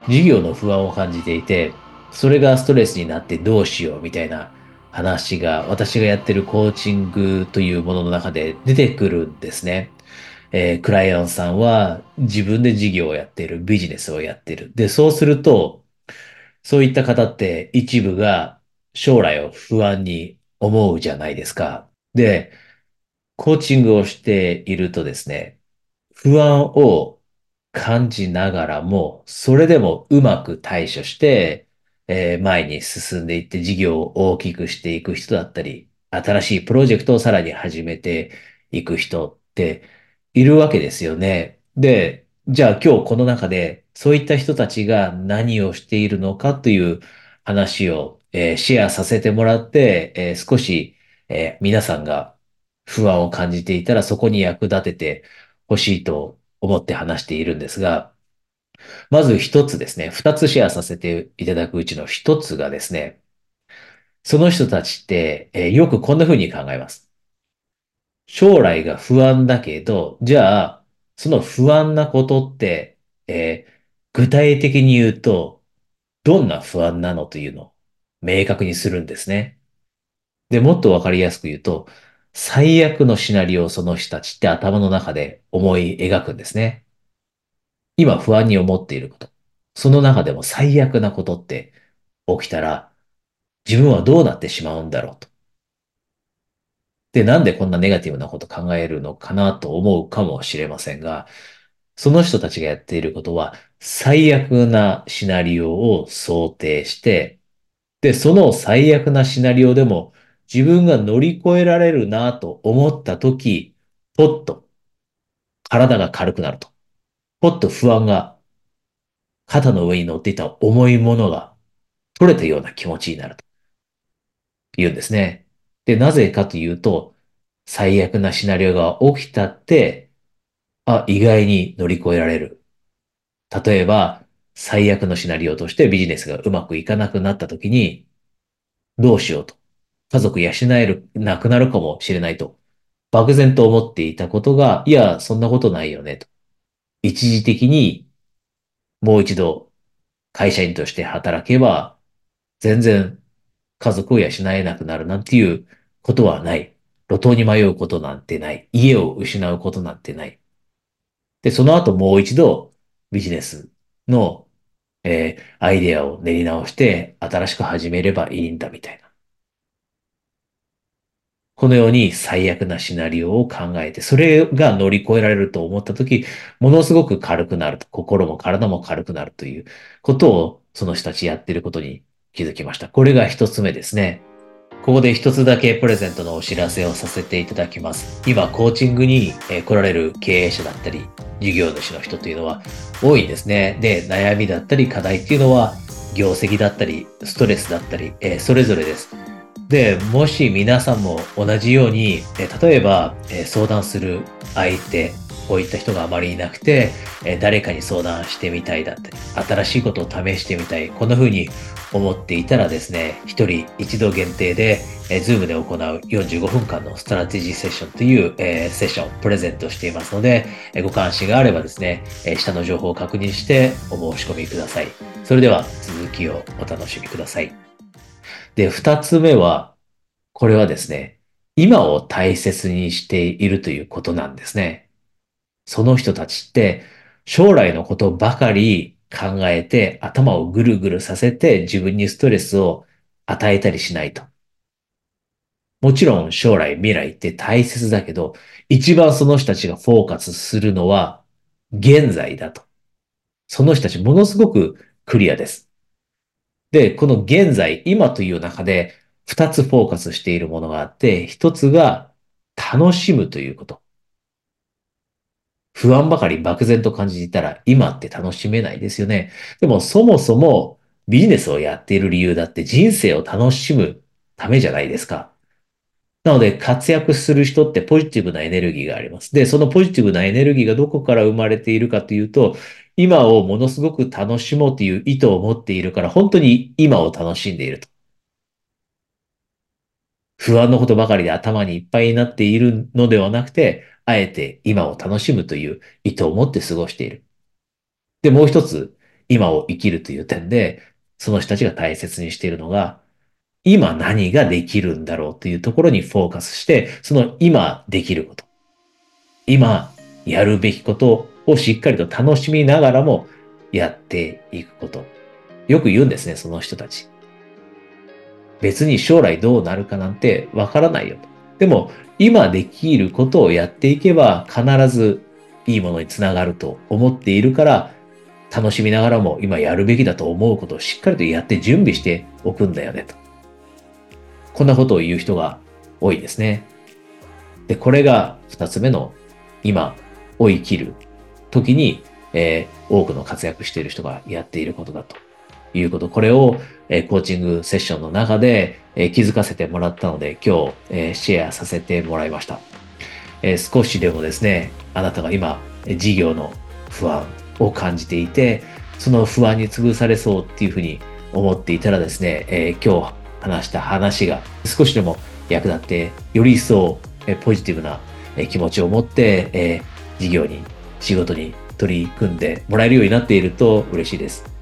事業の不安を感じていて、それがストレスになってどうしようみたいな話が私がやってるコーチングというものの中で出てくるんですね。クライアントさんは自分で事業をやっている、ビジネスをやっている。で、そうすると、そういった方って一部が将来を不安に思うじゃないですか。で、コーチングをしているとですね、不安を感じながらも、それでもうまく対処して、前に進んでいって事業を大きくしていく人だったり、新しいプロジェクトをさらに始めていく人っているわけですよね。で、じゃあ今日この中でそういった人たちが何をしているのかという話を、シェアさせてもらって、少し、皆さんが不安を感じていたらそこに役立てて欲しいと思って話しているんですが、まず一つですね、二つシェアさせていただくうちの一つがですね、その人たちって、よくこんな風に考えます。将来が不安だけど、じゃあ、その不安なことって、具体的に言うと、どんな不安なのというのを明確にするんですね。で、もっとわかりやすく言うと、最悪のシナリオをその人たちって頭の中で思い描くんですね。今不安に思っていること。その中でも最悪なことって起きたら自分はどうなってしまうんだろうと。で、なんでこんなネガティブなこと考えるのかなと思うかもしれませんが、その人たちがやっていることは最悪なシナリオを想定して、で、その最悪なシナリオでも自分が乗り越えられるなと思ったとき、ぽっと体が軽くなると。ぽっと不安が肩の上に乗っていた重いものが取れたような気持ちになると言うんですね。で、なぜかというと、最悪なシナリオが起きたって、意外に乗り越えられる。例えば、最悪のシナリオとしてビジネスがうまくいかなくなった時に、どうしようと。家族養える、なくなるかもしれないと。漠然と思っていたことが、いや、そんなことないよねと。一時的にもう一度会社員として働けば、全然家族を養えなくなるなんていうことはない。路頭に迷うことなんてない。家を失うことなんてない。で、その後もう一度ビジネスの、アイデアを練り直して新しく始めればいいんだみたいな。このように最悪なシナリオを考えて、それが乗り越えられると思ったとき、ものすごく軽くなると、心も体も軽くなるということを、その人たちやっていることに気づきました。これが一つ目ですね。ここで一つだけプレゼントのお知らせをさせていただきます。今、コーチングに来られる経営者だったり、事業主の人というのは多いんですね。で、悩みだったり課題っていうのは、業績だったり、ストレスだったり、それぞれです。で、もし皆さんも同じように、例えば、相談する相手、こういった人があまりいなくて、誰かに相談してみたいだったり、新しいことを試してみたい、こんな風に思っていたらですね、一人一度限定で、Zoom で行う45分間のストラテジーセッションという、セッションをプレゼントしていますので、ご関心があればですね、下の情報を確認してお申し込みください。それでは続きをお楽しみください。で、二つ目は、これはですね、今を大切にしているということなんですね。その人たちって将来のことばかり考えて頭をぐるぐるさせて自分にストレスを与えたりしないと。もちろん将来未来って大切だけど、一番その人たちがフォーカスするのは現在だと。その人たちものすごくクリアです。で、この現在、今という中で二つフォーカスしているものがあって、一つが楽しむということ。不安ばかり漠然と感じていたら今って楽しめないですよね。でもそもそもビジネスをやっている理由だって人生を楽しむためじゃないですか。なので活躍する人ってポジティブなエネルギーがあります。で、そのポジティブなエネルギーがどこから生まれているかというと、今をものすごく楽しもうという意図を持っているから、本当に今を楽しんでいると。不安のことばかりで頭にいっぱいになっているのではなくて、あえて今を楽しむという意図を持って過ごしている。で、もう一つ、 今を生きるという点で、その人たちが大切にしているのが、今何ができるんだろうというところにフォーカスして、その今できること、今やるべきことをしっかりと楽しみながらもやっていくこと。よく言うんですね、その人たち。別に将来どうなるかなんてわからないよと。でも、今できることをやっていけば必ずいいものにつながると思っているから、楽しみながらも今やるべきだと思うことをしっかりとやって準備しておくんだよねと。こんなことを言う人が多いですね。で、これが二つ目の今を生きる時に、多くの活躍している人がやっていることだということ。これを、コーチングセッションの中で、気づかせてもらったので、今日、シェアさせてもらいました。少しでもですね、あなたが今、事業の不安を感じていて、その不安に潰されそうっていうふうに思っていたらですね、今日話した話が少しでも役立って、より一層、ポジティブな、気持ちを持って、事業に、仕事に取り組んでもらえるようになっていると嬉しいです。